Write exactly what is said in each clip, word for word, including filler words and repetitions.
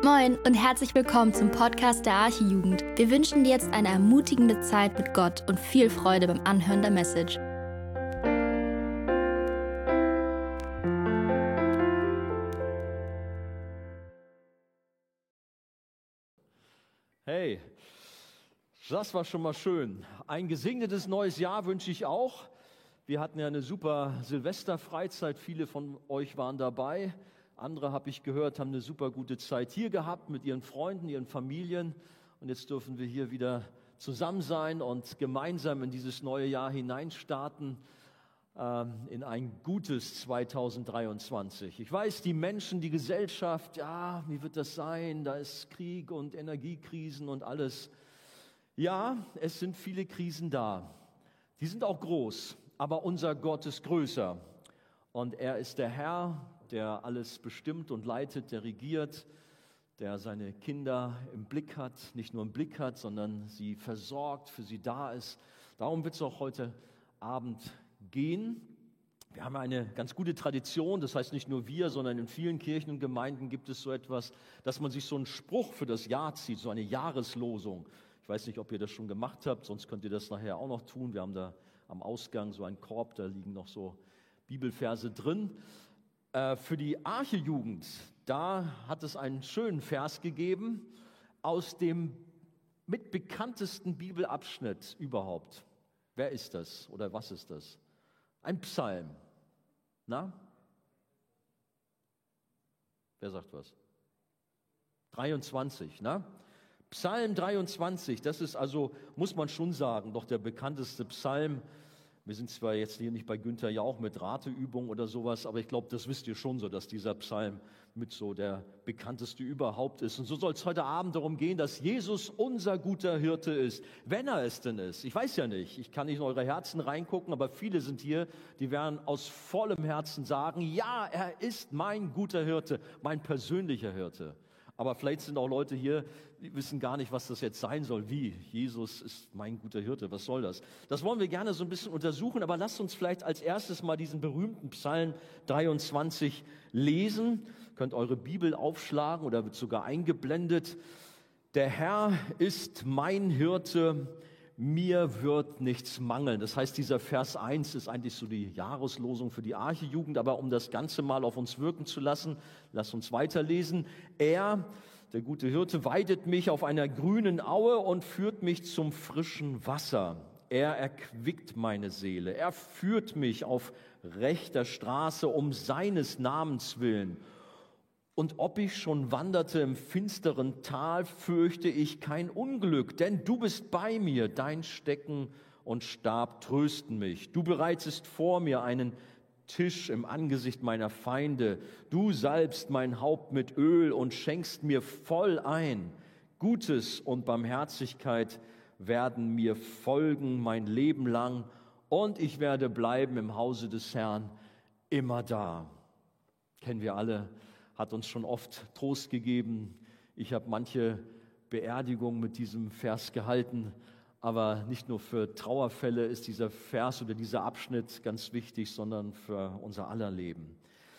Moin und herzlich willkommen zum Podcast der Arche-Jugend. Wir wünschen dir jetzt eine ermutigende Zeit mit Gott und viel Freude beim Anhören der Message. Hey, das war schon mal schön. Ein gesegnetes neues Jahr wünsche ich auch. Wir hatten ja eine super Silvesterfreizeit, viele von euch waren dabei. Andere, habe ich gehört, haben eine super gute Zeit hier gehabt mit ihren Freunden, ihren Familien. Und jetzt dürfen wir hier wieder zusammen sein und gemeinsam in dieses neue Jahr hineinstarten, ähm, in ein gutes zweitausenddreiundzwanzig. Ich weiß, die Menschen, die Gesellschaft, ja, wie wird das sein? Da ist Krieg und Energiekrisen und alles. Ja, es sind viele Krisen da. Die sind auch groß, aber unser Gott ist größer. Und er ist der Herr, der alles bestimmt und leitet, der regiert, der seine Kinder im Blick hat, nicht nur im Blick hat, sondern sie versorgt, für sie da ist. Darum wird es auch heute Abend gehen. Wir haben eine ganz gute Tradition, das heißt nicht nur wir, sondern in vielen Kirchen und Gemeinden gibt es so etwas, dass man sich so einen Spruch für das Jahr zieht, so eine Jahreslosung. Ich weiß nicht, ob ihr das schon gemacht habt, sonst könnt ihr das nachher auch noch tun. Wir haben da am Ausgang so einen Korb, da liegen noch so Bibelverse drin. Für die Arche-Jugend, da hat es einen schönen Vers gegeben aus dem mitbekanntesten Bibelabschnitt überhaupt. Wer ist das oder was ist das? Ein Psalm. Na? Wer sagt was? dreiundzwanzig, na? Psalm dreiundzwanzig, das ist also, muss man schon sagen, doch der bekannteste Psalm. Wir sind zwar jetzt hier nicht bei Günther Jauch mit Rateübung oder sowas, aber ich glaube, das wisst ihr schon so, dass dieser Psalm mit so der bekannteste überhaupt ist. Und so soll es heute Abend darum gehen, dass Jesus unser guter Hirte ist, wenn er es denn ist. Ich weiß ja nicht, ich kann nicht in eure Herzen reingucken, aber viele sind hier, die werden aus vollem Herzen sagen, ja, er ist mein guter Hirte, mein persönlicher Hirte. Aber vielleicht sind auch Leute hier, die wissen gar nicht, was das jetzt sein soll. Wie? Jesus ist mein guter Hirte. Was soll das? Das wollen wir gerne so ein bisschen untersuchen. Aber lasst uns vielleicht als erstes mal diesen berühmten Psalm dreiundzwanzig lesen. Ihr könnt eure Bibel aufschlagen oder wird sogar eingeblendet. Der Herr ist mein Hirte, mir wird nichts mangeln. Das heißt, dieser Vers eins ist eigentlich so die Jahreslosung für die Arche-Jugend, aber um das Ganze mal auf uns wirken zu lassen, lasst uns weiterlesen. Er, der gute Hirte, weidet mich auf einer grünen Aue und führt mich zum frischen Wasser. Er erquickt meine Seele, er führt mich auf rechter Straße um seines Namens willen. Und ob ich schon wanderte im finsteren Tal, fürchte ich kein Unglück, denn du bist bei mir, dein Stecken und Stab trösten mich. Du bereitest vor mir einen Tisch im Angesicht meiner Feinde. Du salbst mein Haupt mit Öl und schenkst mir voll ein. Gutes und Barmherzigkeit werden mir folgen mein Leben lang, und ich werde bleiben im Hause des Herrn immer da. Kennen wir alle. Hat uns schon oft Trost gegeben. Ich habe manche Beerdigung mit diesem Vers gehalten, aber nicht nur für Trauerfälle ist dieser Vers oder dieser Abschnitt ganz wichtig, sondern für unser aller Leben.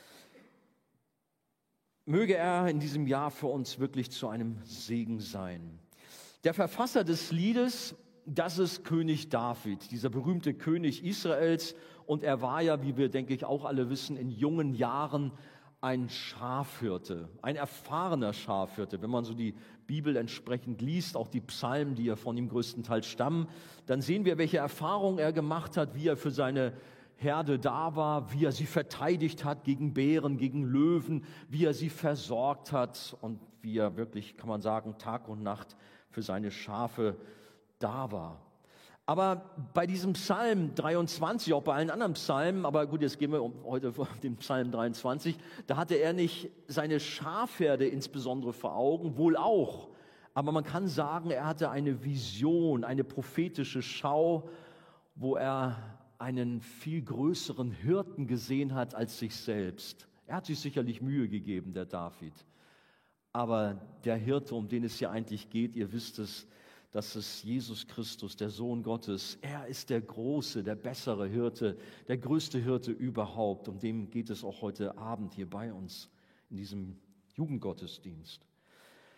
Möge er in diesem Jahr für uns wirklich zu einem Segen sein. Der Verfasser des Liedes, das ist König David, dieser berühmte König Israels, und er war ja, wie wir denke ich auch alle wissen, in jungen Jahren ein Schafhirte, ein erfahrener Schafhirte. Wenn man so die Bibel entsprechend liest, auch die Psalmen, die ja von ihm größtenteils stammen, dann sehen wir, welche Erfahrungen er gemacht hat, wie er für seine Herde da war, wie er sie verteidigt hat gegen Bären, gegen Löwen, wie er sie versorgt hat und wie er wirklich, kann man sagen, Tag und Nacht für seine Schafe da war. Aber bei diesem Psalm dreiundzwanzig, auch bei allen anderen Psalmen, aber gut, jetzt gehen wir heute auf den Psalm dreiundzwanzig, da hatte er nicht seine Schafherde insbesondere vor Augen, wohl auch. Aber man kann sagen, er hatte eine Vision, eine prophetische Schau, wo er einen viel größeren Hirten gesehen hat als sich selbst. Er hat sich sicherlich Mühe gegeben, der David. Aber der Hirte, um den es hier eigentlich geht, ihr wisst es, das ist Jesus Christus, der Sohn Gottes. Er ist der große, der bessere Hirte, der größte Hirte überhaupt. Um den geht es auch heute Abend hier bei uns in diesem Jugendgottesdienst.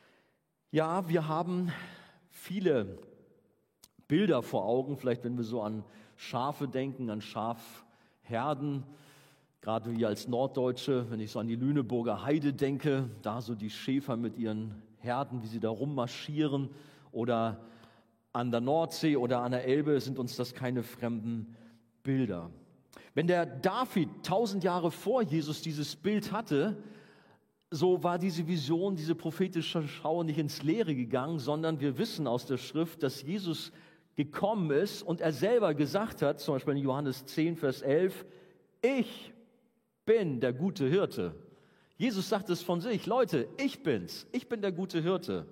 Ja, wir haben viele Bilder vor Augen, vielleicht wenn wir so an Schafe denken, an Schafherden, gerade wir als Norddeutsche, wenn ich so an die Lüneburger Heide denke, da so die Schäfer mit ihren Herden, wie sie da rummarschieren, oder an der Nordsee oder an der Elbe, sind uns das keine fremden Bilder. Wenn der David tausend Jahre vor Jesus dieses Bild hatte, so war diese Vision, diese prophetische Schau nicht ins Leere gegangen, sondern wir wissen aus der Schrift, dass Jesus gekommen ist und er selber gesagt hat, zum Beispiel in Johannes zehn, Vers elf, ich bin der gute Hirte. Jesus sagt es von sich, Leute, ich bin's, ich bin der gute Hirte.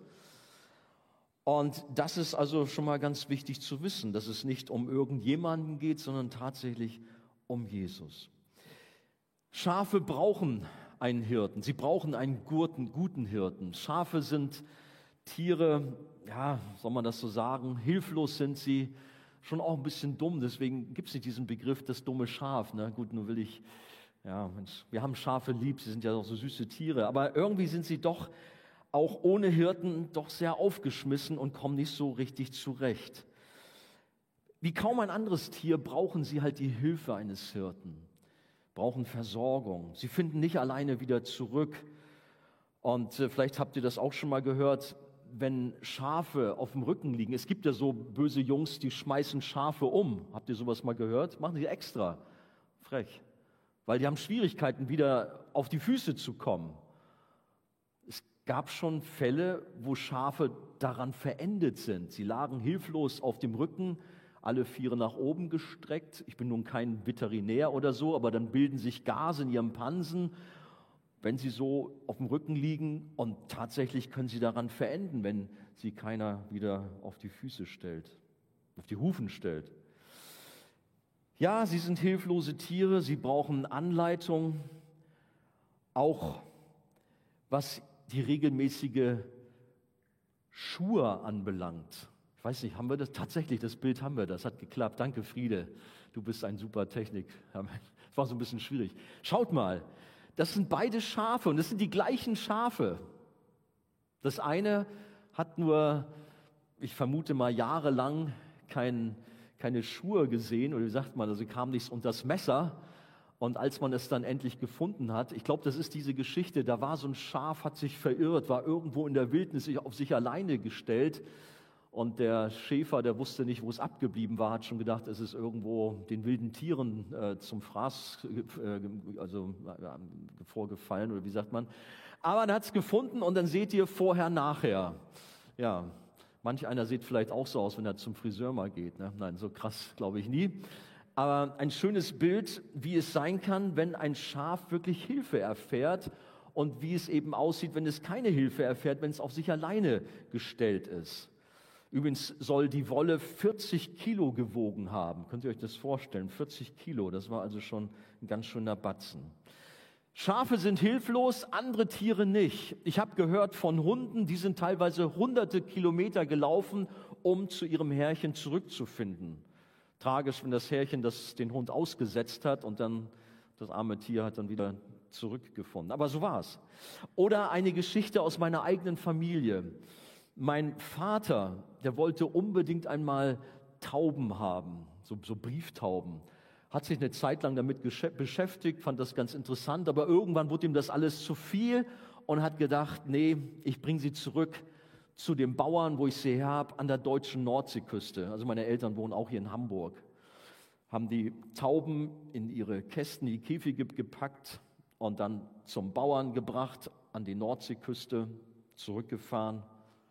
Und das ist also schon mal ganz wichtig zu wissen, dass es nicht um irgendjemanden geht, sondern tatsächlich um Jesus. Schafe brauchen einen Hirten, sie brauchen einen guten, guten Hirten. Schafe sind Tiere, ja, soll man das so sagen, hilflos sind sie, schon auch ein bisschen dumm, deswegen gibt es nicht diesen Begriff, das dumme Schaf. Ne? Gut, nur will ich, ja, Mensch, wir haben Schafe lieb, sie sind ja auch so süße Tiere, aber irgendwie sind sie doch auch ohne Hirten doch sehr aufgeschmissen und kommen nicht so richtig zurecht. Wie kaum ein anderes Tier brauchen sie halt die Hilfe eines Hirten, brauchen Versorgung. Sie finden nicht alleine wieder zurück. Und äh, vielleicht habt ihr das auch schon mal gehört, wenn Schafe auf dem Rücken liegen. Es gibt ja so böse Jungs, die schmeißen Schafe um. Habt ihr sowas mal gehört? Machen sie extra. Frech. Weil die haben Schwierigkeiten, wieder auf die Füße zu kommen. Es gab schon Fälle, wo Schafe daran verendet sind. Sie lagen hilflos auf dem Rücken, alle Viere nach oben gestreckt. Ich bin nun kein Veterinär oder so, aber dann bilden sich Gase in ihrem Pansen, wenn sie so auf dem Rücken liegen, und tatsächlich können sie daran verenden, wenn sie keiner wieder auf die Füße stellt, auf die Hufen stellt. Ja, sie sind hilflose Tiere, sie brauchen Anleitung, auch was die regelmäßige Schur anbelangt. Ich weiß nicht, haben wir das? Tatsächlich, das Bild haben wir, das hat geklappt. Danke, Friede, du bist ein super Technik. Das war so ein bisschen schwierig. Schaut mal, das sind beide Schafe und das sind die gleichen Schafe. Das eine hat nur, ich vermute mal, jahrelang kein, keine Schur gesehen, oder wie sagt man, also kam nichts unter das Messer. Und als man es dann endlich gefunden hat, ich glaube, das ist diese Geschichte, da war so ein Schaf, hat sich verirrt, war irgendwo in der Wildnis sich auf sich alleine gestellt. Und der Schäfer, der wusste nicht, wo es abgeblieben war, hat schon gedacht, es ist irgendwo den wilden Tieren äh, zum Fraß äh, also, äh, vorgefallen, oder wie sagt man. Aber er hat es gefunden und dann seht ihr vorher, nachher. Ja, manch einer sieht vielleicht auch so aus, wenn er zum Friseur mal geht. Ne? Nein, so krass glaube ich nie. Aber ein schönes Bild, wie es sein kann, wenn ein Schaf wirklich Hilfe erfährt und wie es eben aussieht, wenn es keine Hilfe erfährt, wenn es auf sich alleine gestellt ist. Übrigens soll die Wolle vierzig Kilo gewogen haben. Könnt ihr euch das vorstellen? vierzig Kilo, das war also schon ein ganz schöner Batzen. Schafe sind hilflos, andere Tiere nicht. Ich habe gehört von Hunden, die sind teilweise hunderte Kilometer gelaufen, um zu ihrem Herrchen zurückzufinden. Tragisch, wenn das Herrchen das den Hund ausgesetzt hat und dann das arme Tier hat dann wieder zurückgefunden. Aber so war es. Oder eine Geschichte aus meiner eigenen Familie. Mein Vater, der wollte unbedingt einmal Tauben haben, so, so Brieftauben. Hat sich eine Zeit lang damit beschäftigt, fand das ganz interessant, aber irgendwann wurde ihm das alles zu viel und hat gedacht, nee, ich bringe sie zurück zu den Bauern, wo ich sie her habe, an der deutschen Nordseeküste. Also meine Eltern wohnen auch hier in Hamburg. Haben die Tauben in ihre Kästen, die Käfige gepackt und dann zum Bauern gebracht, an die Nordseeküste, zurückgefahren.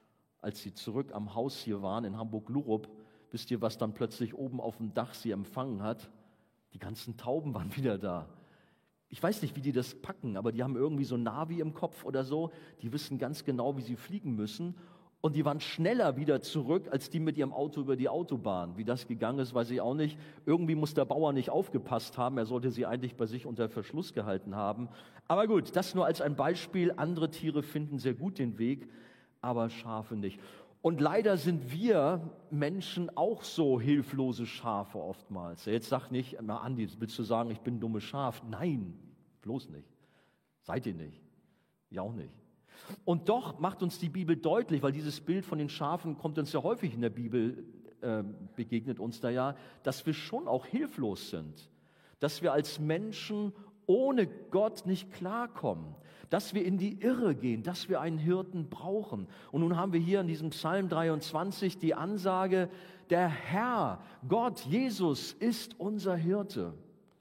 Als sie zurück am Haus hier waren, in Hamburg-Lurup, wisst ihr, was dann plötzlich oben auf dem Dach sie empfangen hat? Die ganzen Tauben waren wieder da. Ich weiß nicht, wie die das packen, aber die haben irgendwie so ein Navi im Kopf oder so. Die wissen ganz genau, wie sie fliegen müssen. Und die waren schneller wieder zurück, als die mit ihrem Auto über die Autobahn. Wie das gegangen ist, weiß ich auch nicht. Irgendwie muss der Bauer nicht aufgepasst haben. Er sollte sie eigentlich bei sich unter Verschluss gehalten haben. Aber gut, das nur als ein Beispiel. Andere Tiere finden sehr gut den Weg, aber Schafe nicht. Und leider sind wir Menschen auch so hilflose Schafe oftmals. Jetzt sag nicht, na Andi, willst du sagen, ich bin ein dummes Schaf? Nein, bloß nicht. Seid ihr nicht. Ich auch nicht. Und doch macht uns die Bibel deutlich, weil dieses Bild von den Schafen kommt uns ja häufig in der Bibel, äh, begegnet uns da ja, dass wir schon auch hilflos sind, dass wir als Menschen ohne Gott nicht klarkommen, dass wir in die Irre gehen, dass wir einen Hirten brauchen. Und nun haben wir hier in diesem Psalm dreiundzwanzig die Ansage, der Herr, Gott, Jesus ist unser Hirte.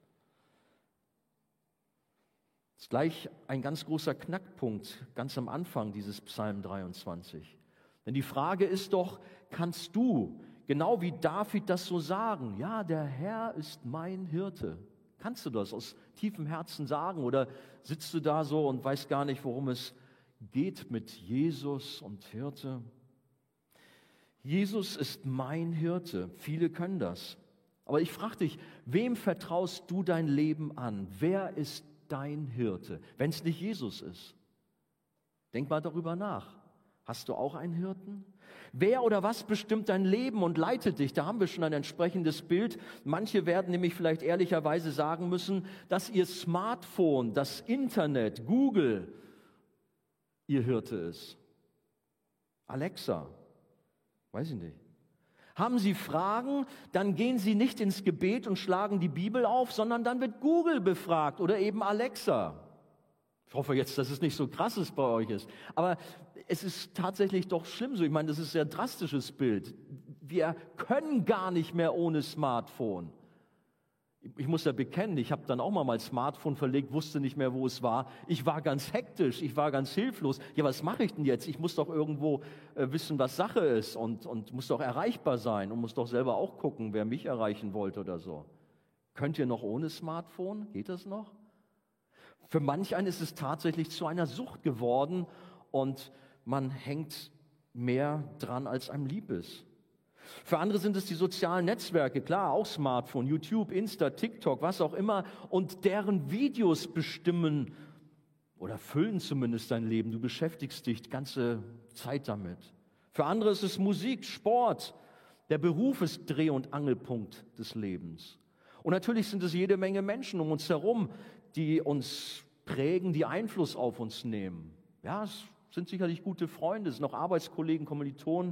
Das ist gleich ein ganz großer Knackpunkt, ganz am Anfang dieses Psalm dreiundzwanzig. Denn die Frage ist doch, kannst du, genau wie David das so sagen, ja, der Herr ist mein Hirte. Kannst du das aus tiefem Herzen sagen oder sitzt du da so und weißt gar nicht, worum es geht mit Jesus und Hirte? Jesus ist mein Hirte. Viele können das. Aber ich frage dich, wem vertraust du dein Leben an? Wer ist dein Hirte, wenn es nicht Jesus ist? Denk mal darüber nach. Hast du auch einen Hirten? Wer oder was bestimmt dein Leben und leitet dich? Da haben wir schon ein entsprechendes Bild. Manche werden nämlich vielleicht ehrlicherweise sagen müssen, dass ihr Smartphone, das Internet, Google, ihr Hirte ist. Alexa, weiß ich nicht. Haben Sie Fragen, dann gehen Sie nicht ins Gebet und schlagen die Bibel auf, sondern dann wird Google befragt oder eben Alexa. Ich hoffe jetzt, dass es nicht so krasses bei euch ist. Aber es ist tatsächlich doch schlimm so. Ich meine, das ist ein sehr drastisches Bild. Wir können gar nicht mehr ohne Smartphone. Ich muss ja bekennen, ich habe dann auch mal mein Smartphone verlegt, wusste nicht mehr, wo es war. Ich war ganz hektisch, ich war ganz hilflos. Ja, was mache ich denn jetzt? Ich muss doch irgendwo äh, wissen, was Sache ist und, und muss doch erreichbar sein und muss doch selber auch gucken, wer mich erreichen wollte oder so. Könnt ihr noch ohne Smartphone? Geht das noch? Für manch einen ist es tatsächlich zu einer Sucht geworden und man hängt mehr dran, als einem lieb ist. Für andere sind es die sozialen Netzwerke, klar, auch Smartphone, YouTube, Insta, TikTok, was auch immer, und deren Videos bestimmen oder füllen zumindest dein Leben. Du beschäftigst dich die ganze Zeit damit. Für andere ist es Musik, Sport, der Beruf ist Dreh- und Angelpunkt des Lebens. Und natürlich sind es jede Menge Menschen um uns herum, die uns prägen, die Einfluss auf uns nehmen. Ja, es sind sicherlich gute Freunde, es sind auch Arbeitskollegen, Kommilitonen.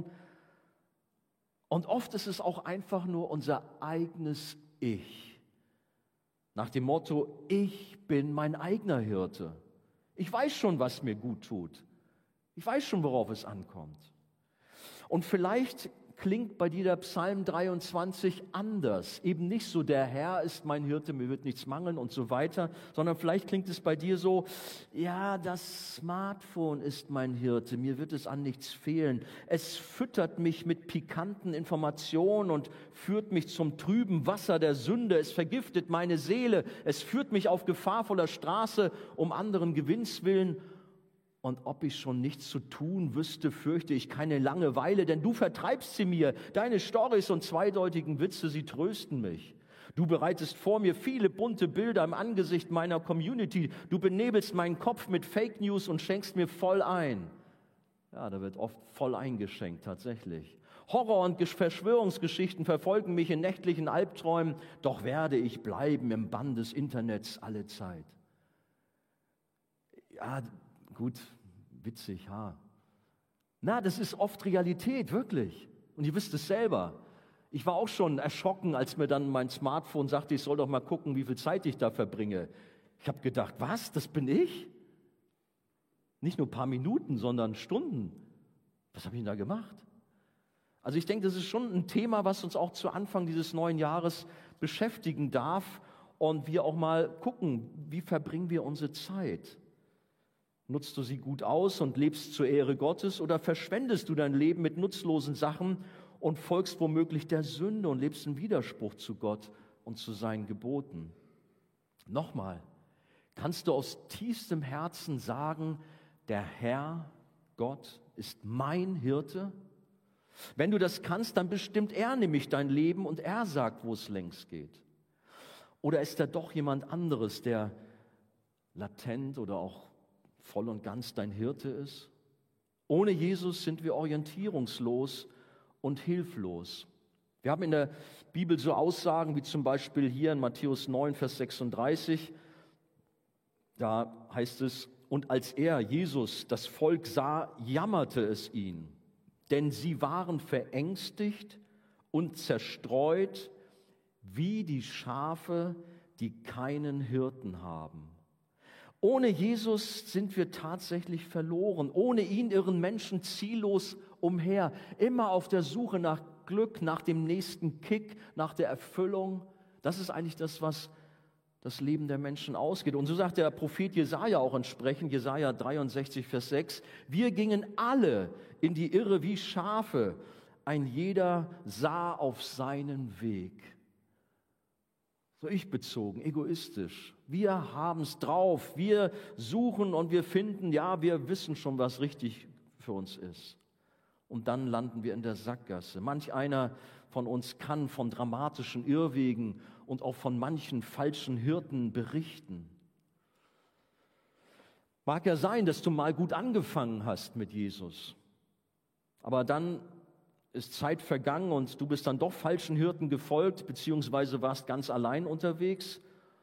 Und oft ist es auch einfach nur unser eigenes Ich. Nach dem Motto, ich bin mein eigener Hirte. Ich weiß schon, was mir gut tut. Ich weiß schon, worauf es ankommt. Und vielleicht klingt bei dir der Psalm dreiundzwanzig anders. Eben nicht so, der Herr ist mein Hirte, mir wird nichts mangeln und so weiter, sondern vielleicht klingt es bei dir so, ja, das Smartphone ist mein Hirte, mir wird es an nichts fehlen. Es füttert mich mit pikanten Informationen und führt mich zum trüben Wasser der Sünde. Es vergiftet meine Seele, es führt mich auf gefahrvoller Straße um anderen Gewinns willen. Und ob ich schon nichts zu tun wüsste, fürchte ich keine Langeweile, denn du vertreibst sie mir. Deine Storys und zweideutigen Witze, sie trösten mich. Du bereitest vor mir viele bunte Bilder im Angesicht meiner Community. Du benebelst meinen Kopf mit Fake News und schenkst mir voll ein. Ja, da wird oft voll eingeschenkt, tatsächlich. Horror- und Verschwörungsgeschichten verfolgen mich in nächtlichen Albträumen, doch werde ich bleiben im Bann des Internets alle Zeit. Ja, gut, witzig, ha. Na, das ist oft Realität, wirklich. Und ihr wisst es selber. Ich war auch schon erschrocken, als mir dann mein Smartphone sagte, ich soll doch mal gucken, wie viel Zeit ich da verbringe. Ich habe gedacht, was, das bin ich? Nicht nur ein paar Minuten, sondern Stunden. Was habe ich denn da gemacht? Also ich denke, das ist schon ein Thema, was uns auch zu Anfang dieses neuen Jahres beschäftigen darf und wir auch mal gucken, wie verbringen wir unsere Zeit? Nutzt du sie gut aus und lebst zur Ehre Gottes oder verschwendest du dein Leben mit nutzlosen Sachen und folgst womöglich der Sünde und lebst in Widerspruch zu Gott und zu seinen Geboten? Nochmal, kannst du aus tiefstem Herzen sagen, der Herr, Gott, ist mein Hirte? Wenn du das kannst, dann bestimmt er nämlich dein Leben und er sagt, wo es längst geht. Oder ist da doch jemand anderes, der latent oder auch voll und ganz dein Hirte ist? Ohne Jesus sind wir orientierungslos und hilflos. Wir haben in der Bibel so Aussagen wie zum Beispiel hier in Matthäus neun, Vers sechsunddreißig. Da heißt es, und als er, Jesus, das Volk sah, jammerte es ihn, denn sie waren verängstigt und zerstreut wie die Schafe, die keinen Hirten haben. Ohne Jesus sind wir tatsächlich verloren. Ohne ihn irren Menschen ziellos umher, immer auf der Suche nach Glück, nach dem nächsten Kick, nach der Erfüllung. Das ist eigentlich das, was das Leben der Menschen ausgeht. Und so sagt der Prophet Jesaja auch entsprechend, Jesaja dreiundsechzig, Vers sechs, wir gingen alle in die Irre wie Schafe, ein jeder sah auf seinen Weg. So ich bezogen, egoistisch. Wir haben es drauf, wir suchen und wir finden, ja, wir wissen schon, was richtig für uns ist. Und dann landen wir in der Sackgasse. Manch einer von uns kann von dramatischen Irrwegen und auch von manchen falschen Hirten berichten. Mag ja sein, dass du mal gut angefangen hast mit Jesus, aber dann ist Zeit vergangen und du bist dann doch falschen Hirten gefolgt, beziehungsweise warst ganz allein unterwegs.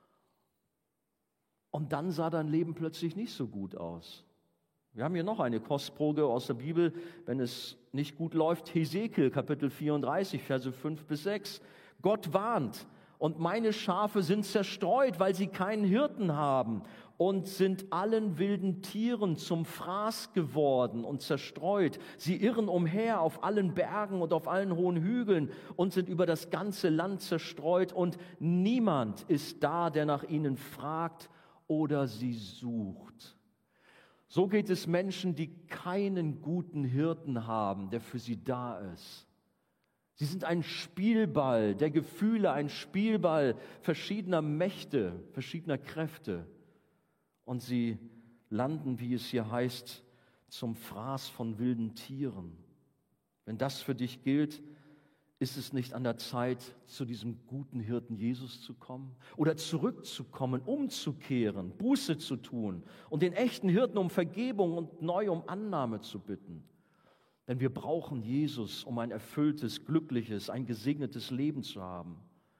Und dann sah dein Leben plötzlich nicht so gut aus. Wir haben hier noch eine Kostprobe aus der Bibel, wenn es nicht gut läuft. Hesekiel, Kapitel vierunddreißig, Verse fünf bis sechs. Gott warnt, und meine Schafe sind zerstreut, weil sie keinen Hirten haben und sind allen wilden Tieren zum Fraß geworden und zerstreut. Sie irren umher auf allen Bergen und auf allen hohen Hügeln und sind über das ganze Land zerstreut und niemand ist da, der nach ihnen fragt oder sie sucht. So geht es Menschen, die keinen guten Hirten haben, der für sie da ist. Sie sind ein Spielball der Gefühle, ein Spielball verschiedener Mächte, verschiedener Kräfte. Und sie landen, wie es hier heißt, zum Fraß von wilden Tieren. Wenn das für dich gilt, ist es nicht an der Zeit, zu diesem guten Hirten Jesus zu kommen oder zurückzukommen, umzukehren, Buße zu tun und den echten Hirten um Vergebung und neu um Annahme zu bitten. Denn wir brauchen Jesus, um ein erfülltes, glückliches, ein gesegnetes Leben zu haben.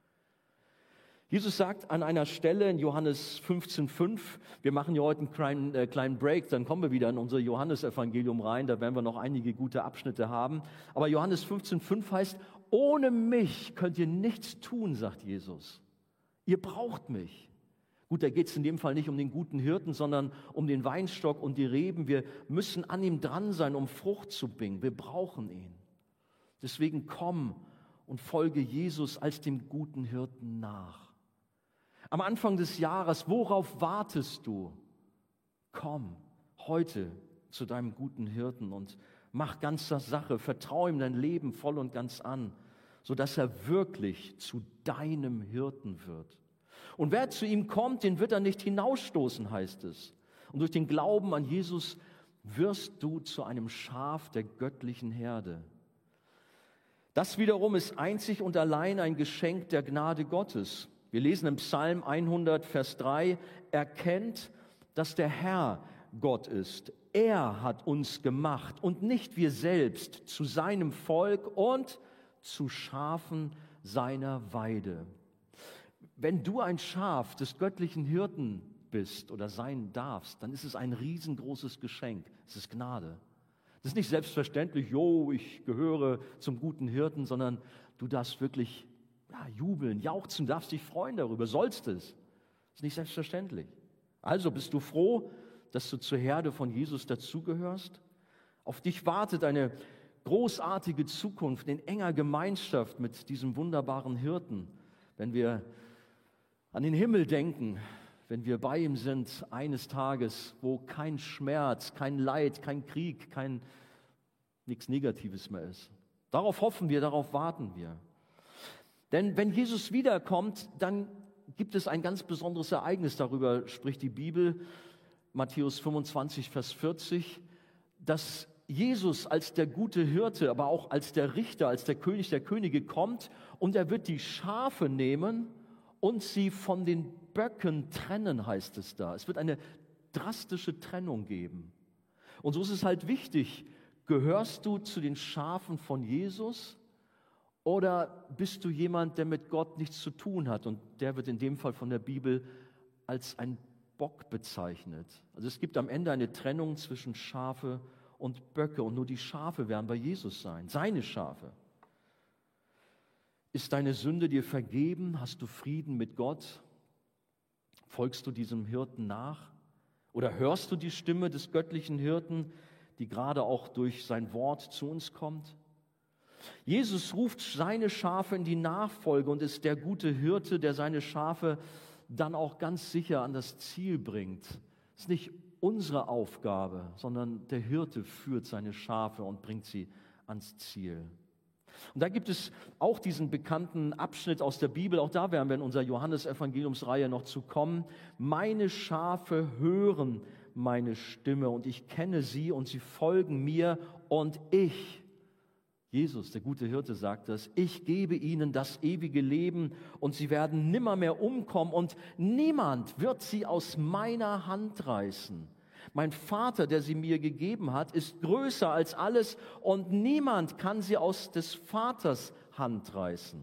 Jesus sagt an einer Stelle in Johannes fünfzehn fünf, wir machen ja heute einen kleinen, äh, kleinen Break, dann kommen wir wieder in unser Johannesevangelium rein, da werden wir noch einige gute Abschnitte haben. Aber Johannes fünfzehn fünf heißt, ohne mich könnt ihr nichts tun, sagt Jesus. Ihr braucht mich. Gut, da geht es in dem Fall nicht um den guten Hirten, sondern um den Weinstock und die Reben. Wir müssen an ihm dran sein, um Frucht zu bringen. Wir brauchen ihn. Deswegen komm und folge Jesus als dem guten Hirten nach. Am Anfang des Jahres, worauf wartest du? Komm heute zu deinem guten Hirten und mach ganz das Sache. Vertraue ihm dein Leben voll und ganz an, sodass er wirklich zu deinem Hirten wird. Und wer zu ihm kommt, den wird er nicht hinausstoßen, heißt es. Und durch den Glauben an Jesus wirst du zu einem Schaf der göttlichen Herde. Das wiederum ist einzig und allein ein Geschenk der Gnade Gottes. Wir lesen im Psalm hundert, Vers drei, erkennt, dass der Herr Gott ist. Er hat uns gemacht und nicht wir selbst zu seinem Volk und zu Schafen seiner Weide. Wenn du ein Schaf des göttlichen Hirten bist oder sein darfst, dann ist es ein riesengroßes Geschenk. Es ist Gnade. Das ist nicht selbstverständlich, jo, ich gehöre zum guten Hirten, sondern du darfst wirklich ja, jubeln, jauchzen, darfst dich freuen darüber, sollst es. Das ist nicht selbstverständlich. Also bist du froh, dass du zur Herde von Jesus dazugehörst? Auf dich wartet eine großartige Zukunft in enger Gemeinschaft mit diesem wunderbaren Hirten, wenn wir an den Himmel denken, wenn wir bei ihm sind eines Tages, wo kein Schmerz, kein Leid, kein Krieg, kein nichts Negatives mehr ist. Darauf hoffen wir, darauf warten wir. Denn wenn Jesus wiederkommt, dann gibt es ein ganz besonderes Ereignis, darüber spricht die Bibel, Matthäus fünfundzwanzig, Vers vierzig, dass Jesus als der gute Hirte, aber auch als der Richter, als der König der Könige kommt und er wird die Schafe nehmen und sie von den Böcken trennen, heißt es da. Es wird eine drastische Trennung geben. Und so ist es halt wichtig, gehörst du zu den Schafen von Jesus oder bist du jemand, der mit Gott nichts zu tun hat? Und der wird in dem Fall von der Bibel als ein Bock bezeichnet. Also es gibt am Ende eine Trennung zwischen Schafe und Böcke und nur die Schafe werden bei Jesus sein, seine Schafe. Ist deine Sünde dir vergeben? Hast du Frieden mit Gott? Folgst du diesem Hirten nach? Oder hörst du die Stimme des göttlichen Hirten, die gerade auch durch sein Wort zu uns kommt? Jesus ruft seine Schafe in die Nachfolge und ist der gute Hirte, der seine Schafe dann auch ganz sicher an das Ziel bringt. Es ist nicht unsere Aufgabe, sondern der Hirte führt seine Schafe und bringt sie ans Ziel. Und da gibt es auch diesen bekannten Abschnitt aus der Bibel, auch da werden wir in unserer Johannes-Evangeliumsreihe noch zu kommen. Meine Schafe hören meine Stimme und ich kenne sie und sie folgen mir und ich, Jesus, der gute Hirte, sagt das, ich gebe ihnen das ewige Leben und sie werden nimmermehr umkommen und niemand wird sie aus meiner Hand reißen. Mein Vater, der sie mir gegeben hat, ist größer als alles und niemand kann sie aus des Vaters Hand reißen.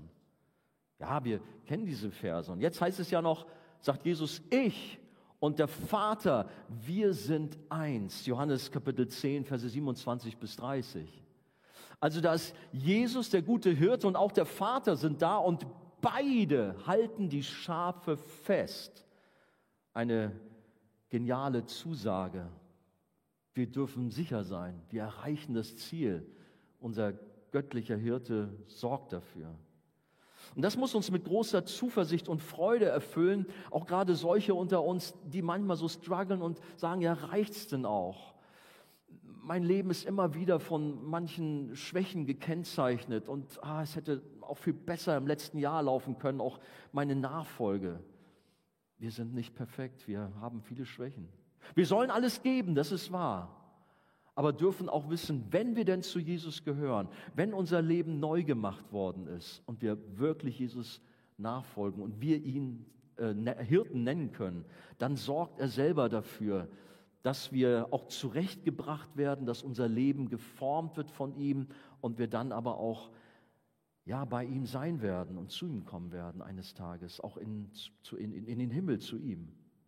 Ja, wir kennen diese Verse. Und jetzt heißt es ja noch, sagt Jesus, ich und der Vater, wir sind eins. Johannes Kapitel zehn, Verse siebenundzwanzig bis dreißig. Also da ist Jesus, der gute Hirte, und auch der Vater sind da und beide halten die Schafe fest. Eine geniale Zusage. Wir dürfen sicher sein, wir erreichen das Ziel. Unser göttlicher Hirte sorgt dafür. Und das muss uns mit großer Zuversicht und Freude erfüllen, auch gerade solche unter uns, die manchmal so strugglen und sagen, ja, reicht's denn auch? Mein Leben ist immer wieder von manchen Schwächen gekennzeichnet und ah, es hätte auch viel besser im letzten Jahr laufen können, auch meine Nachfolge. Wir sind nicht perfekt, wir haben viele Schwächen. Wir sollen alles geben, das ist wahr. Aber dürfen auch wissen, wenn wir denn zu Jesus gehören, wenn unser Leben neu gemacht worden ist und wir wirklich Jesus nachfolgen und wir ihn äh, Hirten nennen können, dann sorgt er selber dafür, dass wir auch zurechtgebracht werden, dass unser Leben geformt wird von ihm und wir dann aber auch ja, bei ihm sein werden und zu ihm kommen werden eines Tages, auch in, zu, in, in den Himmel zu ihm.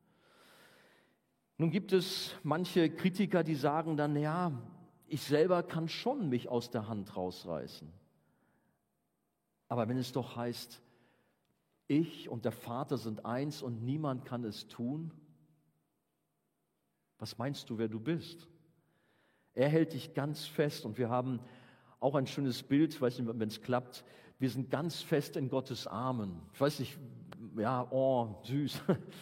Nun gibt es manche Kritiker, die sagen dann, ja, ich selber kann schon mich aus der Hand rausreißen. Aber wenn es doch heißt, ich und der Vater sind eins und niemand kann es tun, was meinst du, wer du bist? Er hält dich ganz fest und wir haben auch ein schönes Bild, ich weiß nicht, wenn es klappt, wir sind ganz fest in Gottes Armen. Ich weiß nicht, ja, oh, süß.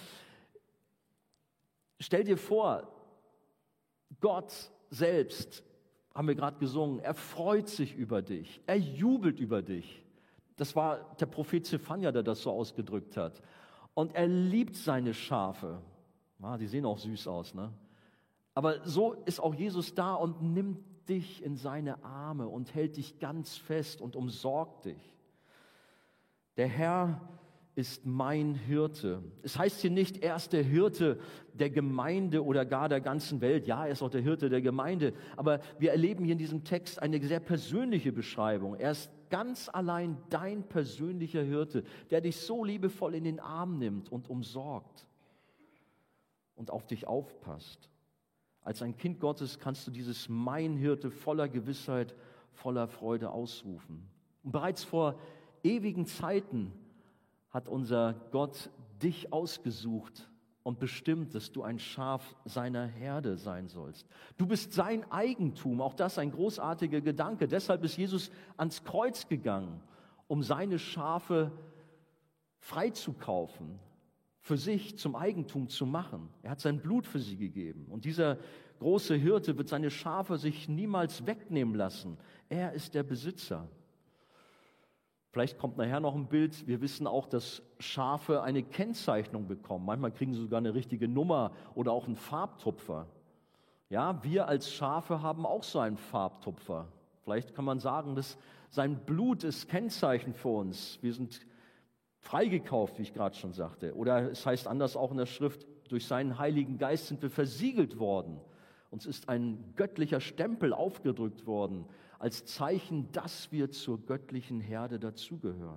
Stell dir vor, Gott selbst, haben wir gerade gesungen, er freut sich über dich, er jubelt über dich. Das war der Prophet Zephania, der das so ausgedrückt hat. Und er liebt seine Schafe. Ah, die sehen auch süß aus, ne? Aber so ist auch Jesus da und nimmt dich in seine Arme und hält dich ganz fest und umsorgt dich. Der Herr ist mein Hirte. Es heißt hier nicht, er ist der Hirte der Gemeinde oder gar der ganzen Welt. Ja, er ist auch der Hirte der Gemeinde. Aber wir erleben hier in diesem Text eine sehr persönliche Beschreibung. Er ist ganz allein dein persönlicher Hirte, der dich so liebevoll in den Arm nimmt und umsorgt und auf dich aufpasst. Als ein Kind Gottes kannst du dieses Mein Hirte voller Gewissheit, voller Freude ausrufen. Und bereits vor ewigen Zeiten hat unser Gott dich ausgesucht und bestimmt, dass du ein Schaf seiner Herde sein sollst. Du bist sein Eigentum, auch das ein großartiger Gedanke. Deshalb ist Jesus ans Kreuz gegangen, um seine Schafe freizukaufen, für sich zum Eigentum zu machen. Er hat sein Blut für sie gegeben. Und dieser große Hirte wird seine Schafe sich niemals wegnehmen lassen. Er ist der Besitzer. Vielleicht kommt nachher noch ein Bild. Wir wissen auch, dass Schafe eine Kennzeichnung bekommen. Manchmal kriegen sie sogar eine richtige Nummer oder auch einen Farbtupfer. Ja, wir als Schafe haben auch so einen Farbtupfer. Vielleicht kann man sagen, dass sein Blut ist Kennzeichen für uns. Wir sind freigekauft, wie ich gerade schon sagte. Oder es heißt anders auch in der Schrift, durch seinen Heiligen Geist sind wir versiegelt worden. Uns ist ein göttlicher Stempel aufgedrückt worden, als Zeichen, dass wir zur göttlichen Herde dazugehören.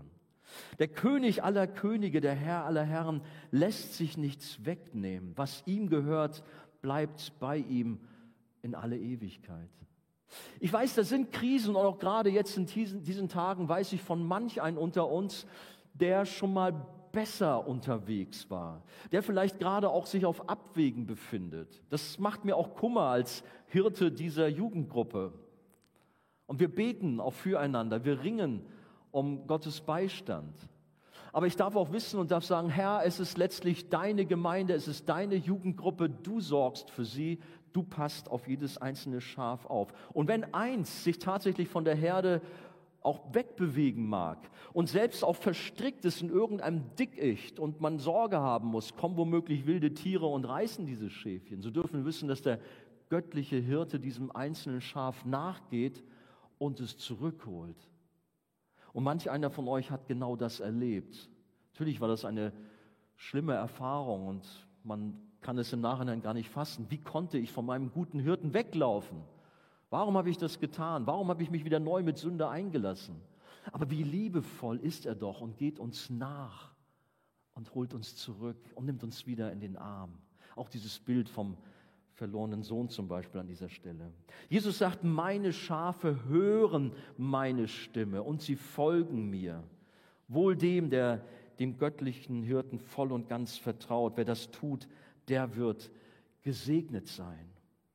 Der König aller Könige, der Herr aller Herren, lässt sich nichts wegnehmen. Was ihm gehört, bleibt bei ihm in alle Ewigkeit. Ich weiß, das sind Krisen und auch gerade jetzt in diesen, diesen Tagen weiß ich von manch einem unter uns, der schon mal besser unterwegs war, der vielleicht gerade auch sich auf Abwägen befindet. Das macht mir auch Kummer als Hirte dieser Jugendgruppe. Und wir beten auch füreinander, wir ringen um Gottes Beistand. Aber ich darf auch wissen und darf sagen, Herr, es ist letztlich deine Gemeinde, es ist deine Jugendgruppe, du sorgst für sie, du passt auf jedes einzelne Schaf auf. Und wenn eins sich tatsächlich von der Herde auch wegbewegen mag und selbst auch verstrickt ist in irgendeinem Dickicht und man Sorge haben muss, kommen womöglich wilde Tiere und reißen diese Schäfchen, so dürfen wir wissen, dass der göttliche Hirte diesem einzelnen Schaf nachgeht und es zurückholt. Und manch einer von euch hat genau das erlebt. Natürlich war das eine schlimme Erfahrung und man kann es im Nachhinein gar nicht fassen. Wie konnte ich von meinem guten Hirten weglaufen? Warum habe ich das getan? Warum habe ich mich wieder neu mit Sünde eingelassen? Aber wie liebevoll ist er doch und geht uns nach und holt uns zurück und nimmt uns wieder in den Arm. Auch dieses Bild vom verlorenen Sohn zum Beispiel an dieser Stelle. Jesus sagt, meine Schafe hören meine Stimme und sie folgen mir. Wohl dem, der dem göttlichen Hirten voll und ganz vertraut. Wer das tut, der wird gesegnet sein.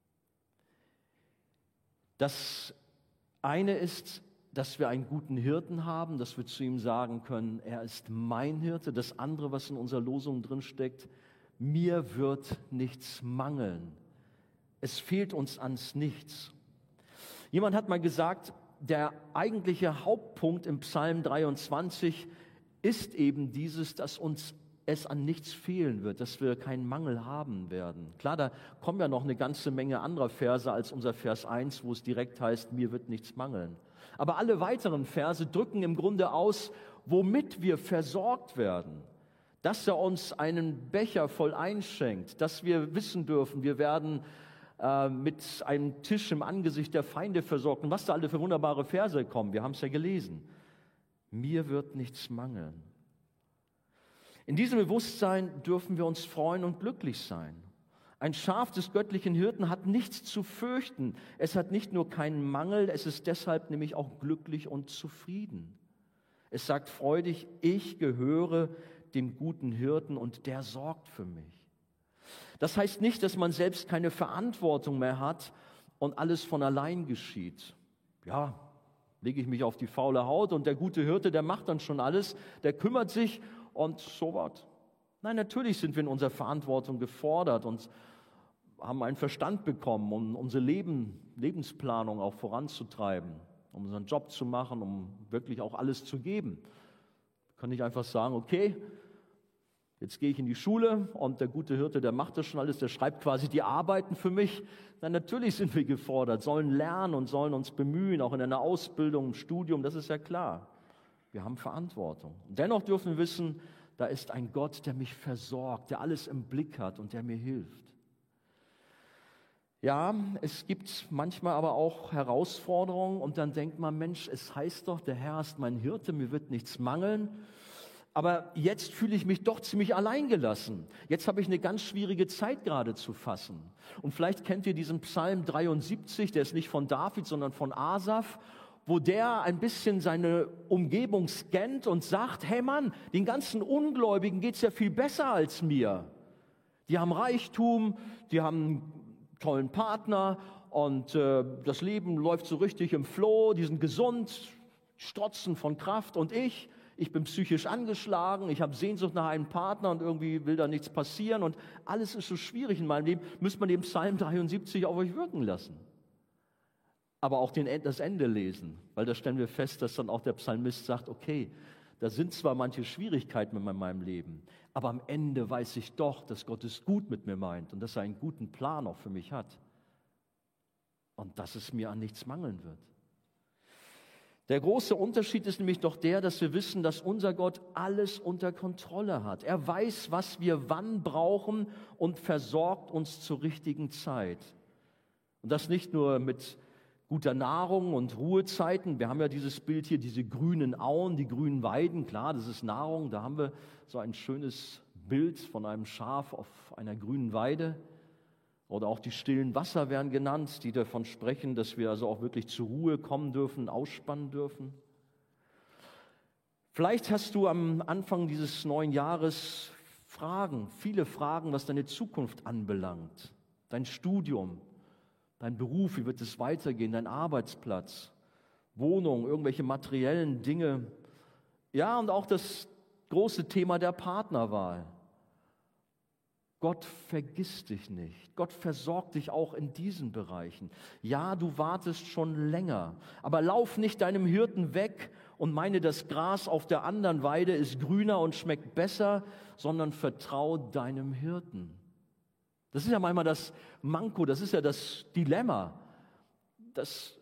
Das eine ist, dass wir einen guten Hirten haben, dass wir zu ihm sagen können, er ist mein Hirte. Das andere, was in unserer Losung drin steckt, mir wird nichts mangeln. Es fehlt uns ans Nichts. Jemand hat mal gesagt, der eigentliche Hauptpunkt im Psalm dreiundzwanzig ist eben dieses, dass uns es an nichts fehlen wird, dass wir keinen Mangel haben werden. Klar, da kommen ja noch eine ganze Menge anderer Verse als unser Vers eins, wo es direkt heißt, mir wird nichts mangeln. Aber alle weiteren Verse drücken im Grunde aus, womit wir versorgt werden. Dass er uns einen Becher voll einschenkt, dass wir wissen dürfen, wir werden äh, mit einem Tisch im Angesicht der Feinde versorgt. Und was da alle für wunderbare Verse kommen, wir haben es ja gelesen. Mir wird nichts mangeln. In diesem Bewusstsein dürfen wir uns freuen und glücklich sein. Ein Schaf des göttlichen Hirten hat nichts zu fürchten. Es hat nicht nur keinen Mangel, es ist deshalb nämlich auch glücklich und zufrieden. Es sagt freudig, ich gehöre dem guten Hirten und der sorgt für mich. Das heißt nicht, dass man selbst keine Verantwortung mehr hat und alles von allein geschieht. Ja, lege ich mich auf die faule Haut und der gute Hirte, der macht dann schon alles, der kümmert sich und so was. Nein, natürlich sind wir in unserer Verantwortung gefordert und haben einen Verstand bekommen, um unsere Leben, Lebensplanung auch voranzutreiben, um unseren Job zu machen, um wirklich auch alles zu geben. Wir können nicht einfach sagen, okay, jetzt gehe ich in die Schule und der gute Hirte, der macht das schon alles, der schreibt quasi die Arbeiten für mich. Nein, natürlich sind wir gefordert, sollen lernen und sollen uns bemühen, auch in einer Ausbildung, im Studium, das ist ja klar. Wir haben Verantwortung. Dennoch dürfen wir wissen, da ist ein Gott, der mich versorgt, der alles im Blick hat und der mir hilft. Ja, es gibt manchmal aber auch Herausforderungen und dann denkt man, Mensch, es heißt doch, der Herr ist mein Hirte, mir wird nichts mangeln. Aber jetzt fühle ich mich doch ziemlich alleingelassen. Jetzt habe ich eine ganz schwierige Zeit gerade zu fassen. Und vielleicht kennt ihr diesen Psalm dreiundsiebzig, der ist nicht von David, sondern von Asaf, wo der ein bisschen seine Umgebung scannt und sagt, hey Mann, den ganzen Ungläubigen geht es ja viel besser als mir. Die haben Reichtum, die haben einen tollen Partner und äh, das Leben läuft so richtig im Flow, die sind gesund, strotzen von Kraft und ich, ich bin psychisch angeschlagen, ich habe Sehnsucht nach einem Partner und irgendwie will da nichts passieren und alles ist so schwierig in meinem Leben, müsste man den Psalm dreiundsiebzig auf euch wirken lassen. Aber auch den, das Ende lesen, weil da stellen wir fest, dass dann auch der Psalmist sagt, okay, da sind zwar manche Schwierigkeiten in meinem Leben, aber am Ende weiß ich doch, dass Gott es gut mit mir meint und dass er einen guten Plan auch für mich hat und dass es mir an nichts mangeln wird. Der große Unterschied ist nämlich doch der, dass wir wissen, dass unser Gott alles unter Kontrolle hat. Er weiß, was wir wann brauchen und versorgt uns zur richtigen Zeit. Und das nicht nur mit guter Nahrung und Ruhezeiten. Wir haben ja dieses Bild hier, diese grünen Auen, die grünen Weiden. Klar, das ist Nahrung. Da haben wir so ein schönes Bild von einem Schaf auf einer grünen Weide. Oder auch die stillen Wasser werden genannt, die davon sprechen, dass wir also auch wirklich zur Ruhe kommen dürfen, ausspannen dürfen. Vielleicht hast du am Anfang dieses neuen Jahres Fragen, viele Fragen, was deine Zukunft anbelangt. Dein Studium, dein Beruf, wie wird es weitergehen, dein Arbeitsplatz, Wohnung, irgendwelche materiellen Dinge. Ja, und auch das große Thema der Partnerwahl. Gott vergisst dich nicht. Gott versorgt dich auch in diesen Bereichen. Ja, du wartest schon länger, aber lauf nicht deinem Hirten weg und meine, das Gras auf der anderen Weide ist grüner und schmeckt besser, sondern vertrau deinem Hirten. Das ist ja manchmal das Manko, das ist ja das Dilemma, dass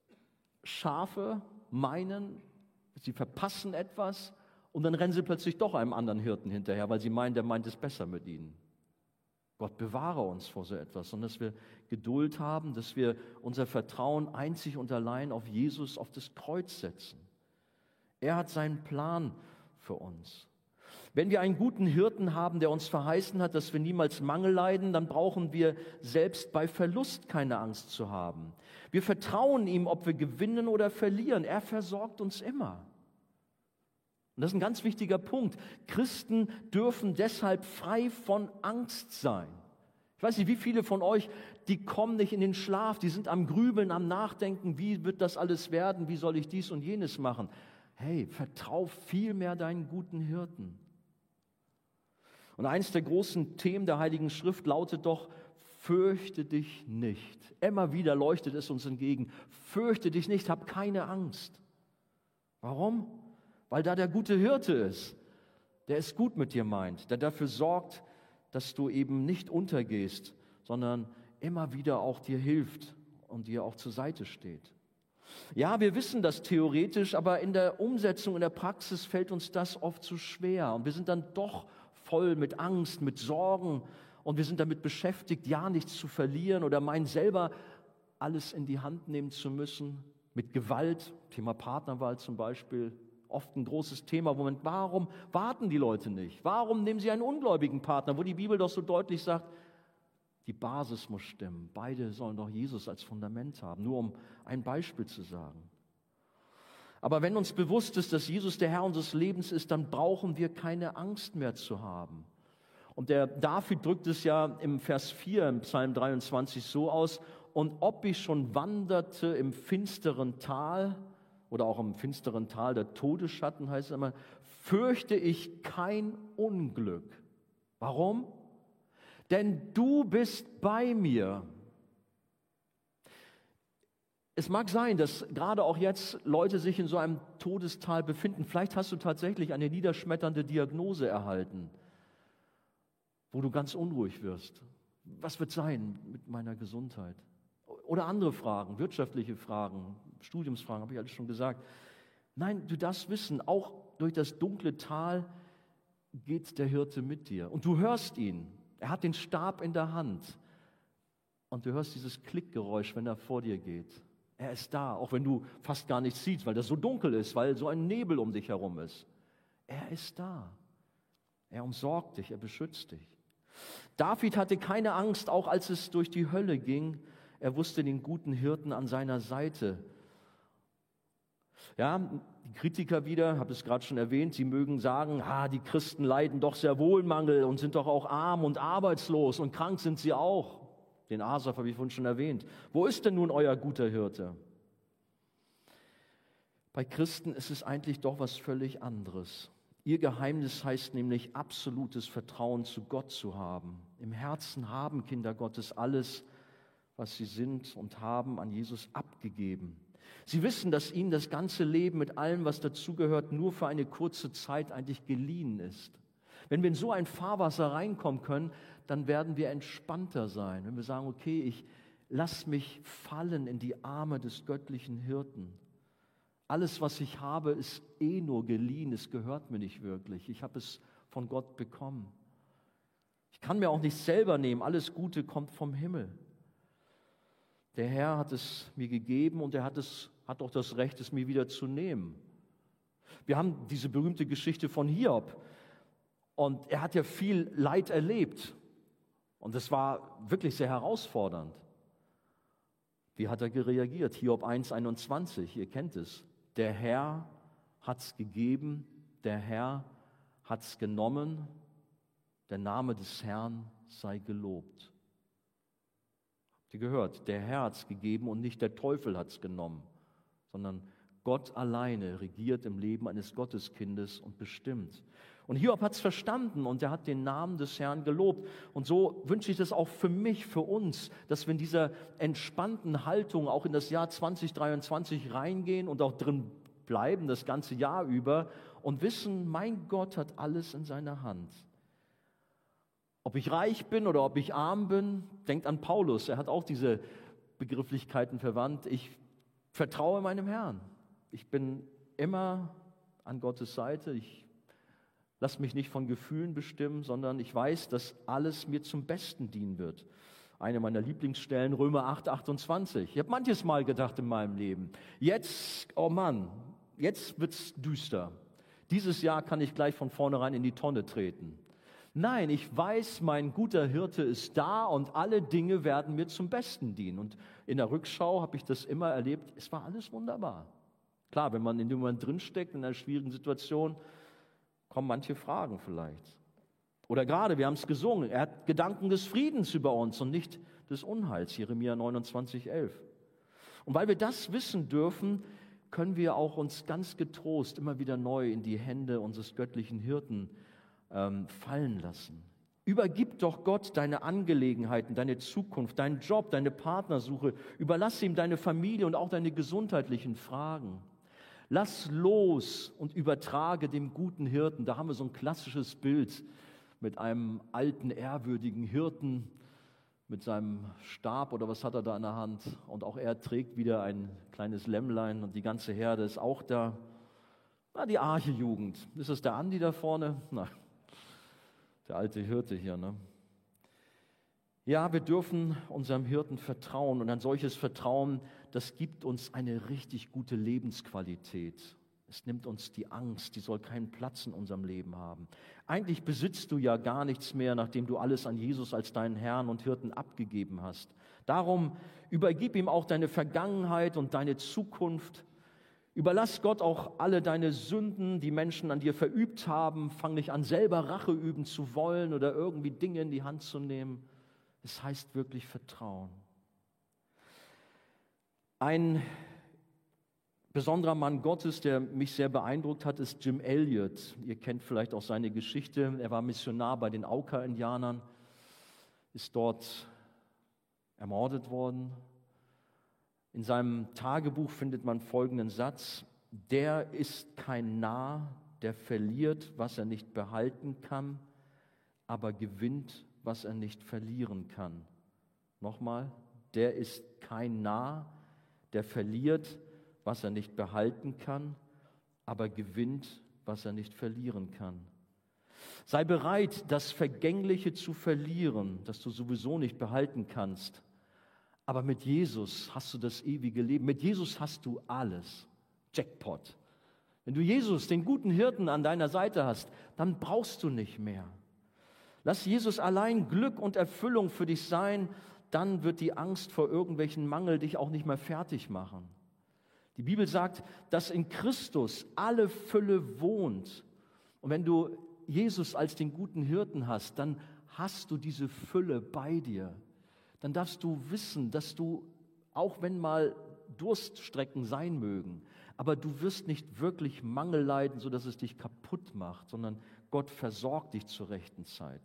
Schafe meinen, sie verpassen etwas und dann rennen sie plötzlich doch einem anderen Hirten hinterher, weil sie meinen, der meint es besser mit ihnen. Gott bewahre uns vor so etwas, sondern dass wir Geduld haben, dass wir unser Vertrauen einzig und allein auf Jesus, auf das Kreuz setzen. Er hat seinen Plan für uns. Wenn wir einen guten Hirten haben, der uns verheißen hat, dass wir niemals Mangel leiden, dann brauchen wir selbst bei Verlust keine Angst zu haben. Wir vertrauen ihm, ob wir gewinnen oder verlieren. Er versorgt uns immer. Und das ist ein ganz wichtiger Punkt. Christen dürfen deshalb frei von Angst sein. Ich weiß nicht, wie viele von euch, die kommen nicht in den Schlaf, die sind am Grübeln, am Nachdenken, wie wird das alles werden, wie soll ich dies und jenes machen. Hey, vertrau vielmehr deinen guten Hirten. Und eines der großen Themen der Heiligen Schrift lautet doch, fürchte dich nicht. Immer wieder leuchtet es uns entgegen. Fürchte dich nicht, hab keine Angst. Warum? Weil da der gute Hirte ist, der es gut mit dir meint, der dafür sorgt, dass du eben nicht untergehst, sondern immer wieder auch dir hilft und dir auch zur Seite steht. Ja, wir wissen das theoretisch, aber in der Umsetzung, in der Praxis fällt uns das oft zu schwer. Und wir sind dann doch voll mit Angst, mit Sorgen und wir sind damit beschäftigt, ja, nichts zu verlieren oder meinen selber alles in die Hand nehmen zu müssen, mit Gewalt, Thema Partnerwahl zum Beispiel, oft ein großes Thema, wo man, warum warten die Leute nicht? Warum nehmen sie einen ungläubigen Partner, wo die Bibel doch so deutlich sagt, die Basis muss stimmen. Beide sollen doch Jesus als Fundament haben, nur um ein Beispiel zu sagen. Aber wenn uns bewusst ist, dass Jesus der Herr unseres Lebens ist, dann brauchen wir keine Angst mehr zu haben. Und der David drückt es ja im Vers vier im Psalm dreiundzwanzig so aus, und ob ich schon wanderte im finsteren Tal, oder auch im finsteren Tal der Todesschatten heißt es immer, fürchte ich kein Unglück. Warum? Denn du bist bei mir. Es mag sein, dass gerade auch jetzt Leute sich in so einem Todestal befinden. Vielleicht hast du tatsächlich eine niederschmetternde Diagnose erhalten, wo du ganz unruhig wirst. Was wird sein mit meiner Gesundheit? Oder andere Fragen, wirtschaftliche Fragen, Studiumsfragen, habe ich alles schon gesagt. Nein, du darfst wissen, auch durch das dunkle Tal geht der Hirte mit dir. Und du hörst ihn. Er hat den Stab in der Hand. Und du hörst dieses Klickgeräusch, wenn er vor dir geht. Er ist da, auch wenn du fast gar nichts siehst, weil das so dunkel ist, weil so ein Nebel um dich herum ist. Er ist da. Er umsorgt dich, er beschützt dich. David hatte keine Angst, auch als es durch die Hölle ging. Er wusste den guten Hirten an seiner Seite. Ja, die Kritiker wieder, habe es gerade schon erwähnt, sie mögen sagen, ah, die Christen leiden doch sehr wohl Mangel und sind doch auch arm und arbeitslos und krank sind sie auch. Den Asaf habe ich vorhin schon erwähnt. Wo ist denn nun euer guter Hirte? Bei Christen ist es eigentlich doch was völlig anderes. Ihr Geheimnis heißt nämlich, absolutes Vertrauen zu Gott zu haben. Im Herzen haben Kinder Gottes alles, was sie sind und haben, an Jesus abgegeben. Sie wissen, dass ihnen das ganze Leben mit allem, was dazugehört, nur für eine kurze Zeit eigentlich geliehen ist. Wenn wir in so ein Fahrwasser reinkommen können, dann werden wir entspannter sein. Wenn wir sagen, okay, ich lasse mich fallen in die Arme des göttlichen Hirten. Alles, was ich habe, ist eh nur geliehen, es gehört mir nicht wirklich. Ich habe es von Gott bekommen. Ich kann mir auch nichts selber nehmen, alles Gute kommt vom Himmel. der Herr hat es mir gegeben und er hat, es, hat auch das Recht, es mir wieder zu nehmen. Wir haben diese berühmte Geschichte von Hiob und er hat ja viel Leid erlebt und es war wirklich sehr herausfordernd. Wie hat er reagiert? Hiob eins einundzwanzig, ihr kennt es. Der Herr hat es gegeben, der Herr hat es genommen, der Name des Herrn sei gelobt. Habt ihr gehört? Der Herr hat es gegeben und nicht der Teufel hat es genommen, sondern Gott alleine regiert im Leben eines Gotteskindes und bestimmt. Und Hiob hat es verstanden und er hat den Namen des Herrn gelobt. Und so wünsche ich das auch für mich, für uns, dass wir in dieser entspannten Haltung auch in das Jahr zwanzig dreiundzwanzig reingehen und auch drin bleiben, das ganze Jahr über und wissen, mein Gott hat alles in seiner Hand. Ob ich reich bin oder ob ich arm bin, denkt an Paulus, er hat auch diese Begrifflichkeiten verwandt. Ich vertraue meinem Herrn. Ich bin immer an Gottes Seite. Ich lasse mich nicht von Gefühlen bestimmen, sondern ich weiß, dass alles mir zum Besten dienen wird. Eine meiner Lieblingsstellen, Römer acht achtundzwanzig. Ich habe manches Mal gedacht in meinem Leben, jetzt, oh Mann, jetzt wird es düster. Dieses Jahr kann ich gleich von vornherein in die Tonne treten. Nein, ich weiß, mein guter Hirte ist da und alle Dinge werden mir zum Besten dienen. Und in der Rückschau habe ich das immer erlebt, es war alles wunderbar. Klar, wenn man in dem Moment drinsteckt, in einer schwierigen Situation, kommen manche Fragen vielleicht. Oder gerade, wir haben es gesungen, er hat Gedanken des Friedens über uns und nicht des Unheils, Jeremia neunundzwanzig elf. Und weil wir das wissen dürfen, können wir auch uns ganz getrost immer wieder neu in die Hände unseres göttlichen Hirten ähm, fallen lassen. Übergib doch Gott deine Angelegenheiten, deine Zukunft, deinen Job, deine Partnersuche. Überlass ihm deine Familie und auch deine gesundheitlichen Fragen. Lass los und übertrage dem guten Hirten. Da haben wir so ein klassisches Bild mit einem alten, ehrwürdigen Hirten mit seinem Stab oder was hat er da in der Hand? Und auch er trägt wieder ein kleines Lämmlein und die ganze Herde ist auch da. Na, die Arche-Jugend. Ist das der Andi da vorne? Na, der alte Hirte hier, ne? Ja, wir dürfen unserem Hirten vertrauen und ein solches Vertrauen, das gibt uns eine richtig gute Lebensqualität. Es nimmt uns die Angst, die soll keinen Platz in unserem Leben haben. Eigentlich besitzt du ja gar nichts mehr, nachdem du alles an Jesus als deinen Herrn und Hirten abgegeben hast. Darum übergib ihm auch deine Vergangenheit und deine Zukunft. Überlass Gott auch alle deine Sünden, die Menschen an dir verübt haben. Fang nicht an, selber Rache üben zu wollen oder irgendwie Dinge in die Hand zu nehmen. Es heißt wirklich Vertrauen. Ein besonderer Mann Gottes, der mich sehr beeindruckt hat, ist Jim Elliot. Ihr kennt vielleicht auch seine Geschichte. Er war Missionar bei den Auca-Indianern, ist dort ermordet worden. In seinem Tagebuch findet man folgenden Satz: Der ist kein Narr, der verliert, was er nicht behalten kann, aber gewinnt, was er nicht verlieren kann. Nochmal, der ist kein Narr, der verliert, was er nicht behalten kann, aber gewinnt, was er nicht verlieren kann. Sei bereit, das Vergängliche zu verlieren, das du sowieso nicht behalten kannst. Aber mit Jesus hast du das ewige Leben. Mit Jesus hast du alles. Jackpot. Wenn du Jesus, den guten Hirten, an deiner Seite hast, dann brauchst du nicht mehr. Lass Jesus allein Glück und Erfüllung für dich sein, dann wird die Angst vor irgendwelchen Mangel dich auch nicht mehr fertig machen. Die Bibel sagt, dass in Christus alle Fülle wohnt. Und wenn du Jesus als den guten Hirten hast, dann hast du diese Fülle bei dir. Dann darfst du wissen, dass du, auch wenn mal Durststrecken sein mögen, aber du wirst nicht wirklich Mangel leiden, sodass es dich kaputt macht, sondern Gott versorgt dich zur rechten Zeit.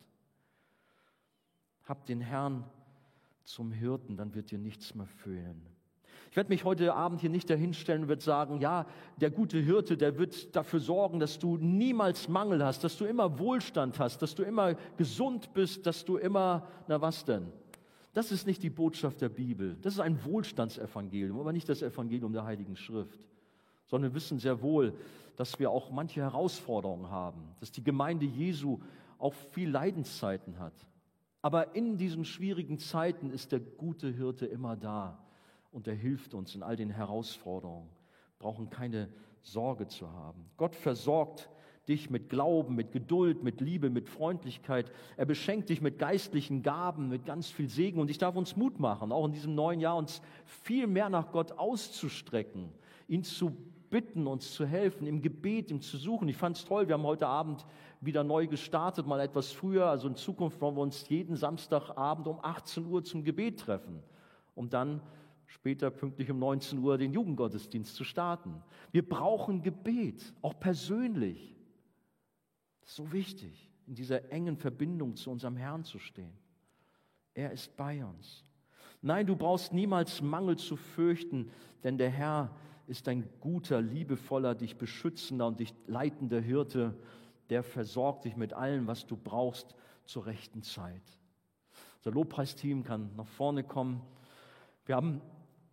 Hab den Herrn zum Hirten, dann wird dir nichts mehr fehlen. Ich werde mich heute Abend hier nicht dahinstellen und werde sagen, ja, der gute Hirte, der wird dafür sorgen, dass du niemals Mangel hast, dass du immer Wohlstand hast, dass du immer gesund bist, dass du immer, na was denn? Das ist nicht die Botschaft der Bibel. Das ist ein Wohlstandsevangelium, aber nicht das Evangelium der Heiligen Schrift. Sondern wir wissen sehr wohl, dass wir auch manche Herausforderungen haben, dass die Gemeinde Jesu auch viel Leidenszeiten hat. Aber in diesen schwierigen Zeiten ist der gute Hirte immer da. und er hilft uns in all den Herausforderungen. Wir brauchen keine Sorge zu haben. Gott versorgt dich mit Glauben, mit Geduld, mit Liebe, mit Freundlichkeit. Er beschenkt dich mit geistlichen Gaben, mit ganz viel Segen. Und ich darf uns Mut machen, auch in diesem neuen Jahr uns viel mehr nach Gott auszustrecken, ihn zu bitten, uns zu helfen, im Gebet, ihm zu suchen. Ich fand es toll, wir haben heute Abend wieder neu gestartet, mal etwas früher. Also in Zukunft wollen wir uns jeden Samstagabend um achtzehn Uhr zum Gebet treffen, um dann später pünktlich um neunzehn Uhr den Jugendgottesdienst zu starten. Wir brauchen Gebet, auch persönlich. Das ist so wichtig, in dieser engen Verbindung zu unserem Herrn zu stehen. Er ist bei uns. Nein, du brauchst niemals Mangel zu fürchten, denn der Herr ist ein guter, liebevoller, dich beschützender und dich leitender Hirte, der versorgt dich mit allem, was du brauchst zur rechten Zeit. Unser Lobpreisteam kann nach vorne kommen. Wir haben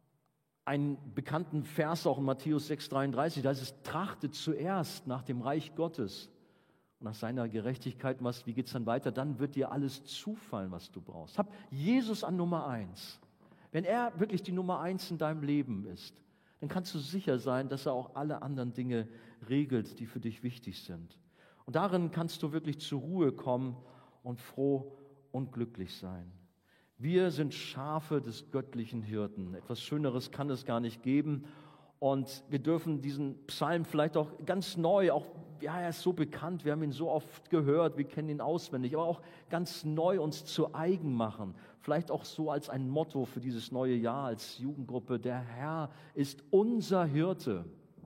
einen bekannten Vers auch in Matthäus sechs dreiunddreißig, da heißt es, trachtet zuerst nach dem Reich Gottes und nach seiner Gerechtigkeit. Was, wie geht es dann weiter? Dann wird dir alles zufallen, was du brauchst. Hab Jesus an Nummer eins. Wenn er wirklich die Nummer eins in deinem Leben ist, dann kannst du sicher sein, dass er auch alle anderen Dinge regelt, die für dich wichtig sind. Und darin kannst du wirklich zur Ruhe kommen und froh und glücklich sein. Wir sind Schafe des göttlichen Hirten. Etwas Schöneres kann es gar nicht geben. Und wir dürfen diesen Psalm vielleicht auch ganz neu, auch ja, er ist so bekannt, wir haben ihn so oft gehört, wir kennen ihn auswendig, aber auch ganz neu uns zu eigen machen. Vielleicht auch so als ein Motto für dieses neue Jahr als Jugendgruppe. Der Herr ist unser Hirte.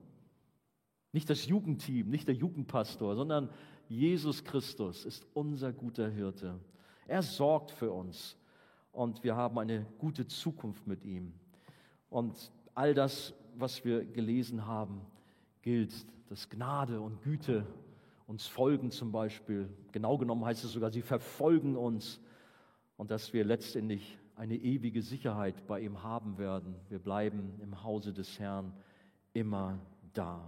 Nicht das Jugendteam, nicht der Jugendpastor, sondern Jesus Christus ist unser guter Hirte. Er sorgt für uns und wir haben eine gute Zukunft mit ihm. Und all das, was wir gelesen haben, gilt, dass Gnade und Güte uns folgen zum Beispiel. Genau genommen heißt es sogar, sie verfolgen uns und dass wir letztendlich eine ewige Sicherheit bei ihm haben werden. Wir bleiben im Hause des Herrn immer da.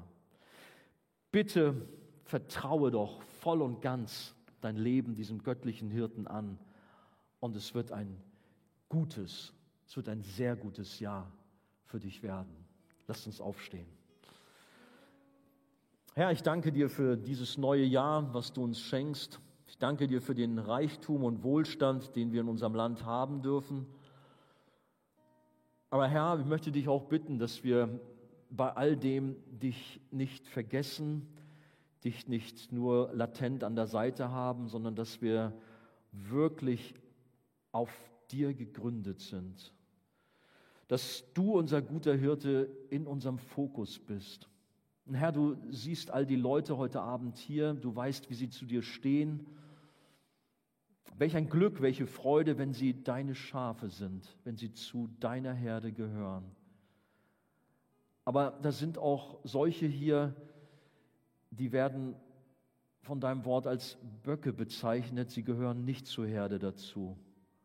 Bitte vertraue doch voll und ganz dein Leben diesem göttlichen Hirten an und es wird ein gutes, es wird ein sehr gutes Jahr für dich werden. Lasst uns aufstehen. Herr, ich danke dir für dieses neue Jahr, was du uns schenkst. Ich danke dir für den Reichtum und Wohlstand, den wir in unserem Land haben dürfen. Aber Herr, ich möchte dich auch bitten, dass wir bei all dem dich nicht vergessen, dich nicht nur latent an der Seite haben, sondern dass wir wirklich auf dir gegründet sind. Dass du, unser guter Hirte, in unserem Fokus bist. Und Herr, du siehst all die Leute heute Abend hier, du weißt, wie sie zu dir stehen. Welch ein Glück, welche Freude, wenn sie deine Schafe sind, wenn sie zu deiner Herde gehören. Aber da sind auch solche hier, die werden von deinem Wort als Böcke bezeichnet, sie gehören nicht zur Herde dazu.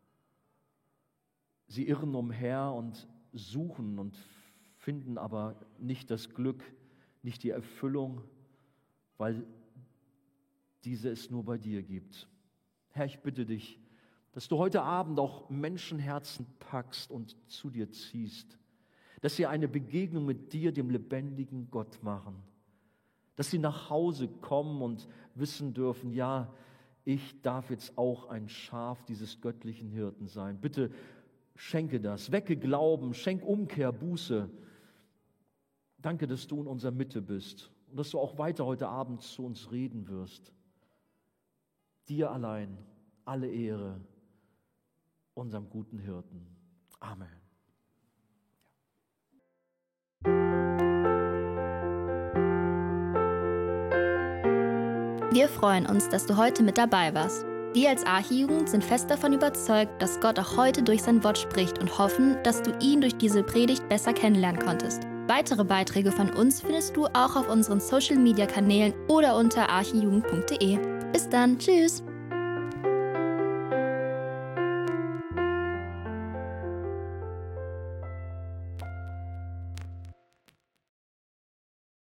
Sie irren umher und suchen und finden aber nicht das Glück, nicht die Erfüllung, weil diese es nur bei dir gibt. Herr, ich bitte dich, dass du heute Abend auch Menschenherzen packst und zu dir ziehst, dass sie eine Begegnung mit dir, dem lebendigen Gott machen, dass sie nach Hause kommen und wissen dürfen, ja, ich darf jetzt auch ein Schaf dieses göttlichen Hirten sein. Bitte schenke das, wecke Glauben, schenk Umkehr, Buße. Danke, dass du in unserer Mitte bist und dass du auch weiter heute Abend zu uns reden wirst. Dir allein alle Ehre, unserem guten Hirten. Amen. Wir freuen uns, dass du heute mit dabei warst. Wir als Archijugend sind fest davon überzeugt, dass Gott auch heute durch sein Wort spricht und hoffen, dass du ihn durch diese Predigt besser kennenlernen konntest. Weitere Beiträge von uns findest du auch auf unseren Social-Media-Kanälen oder unter archijugend punkt de. Bis dann, tschüss!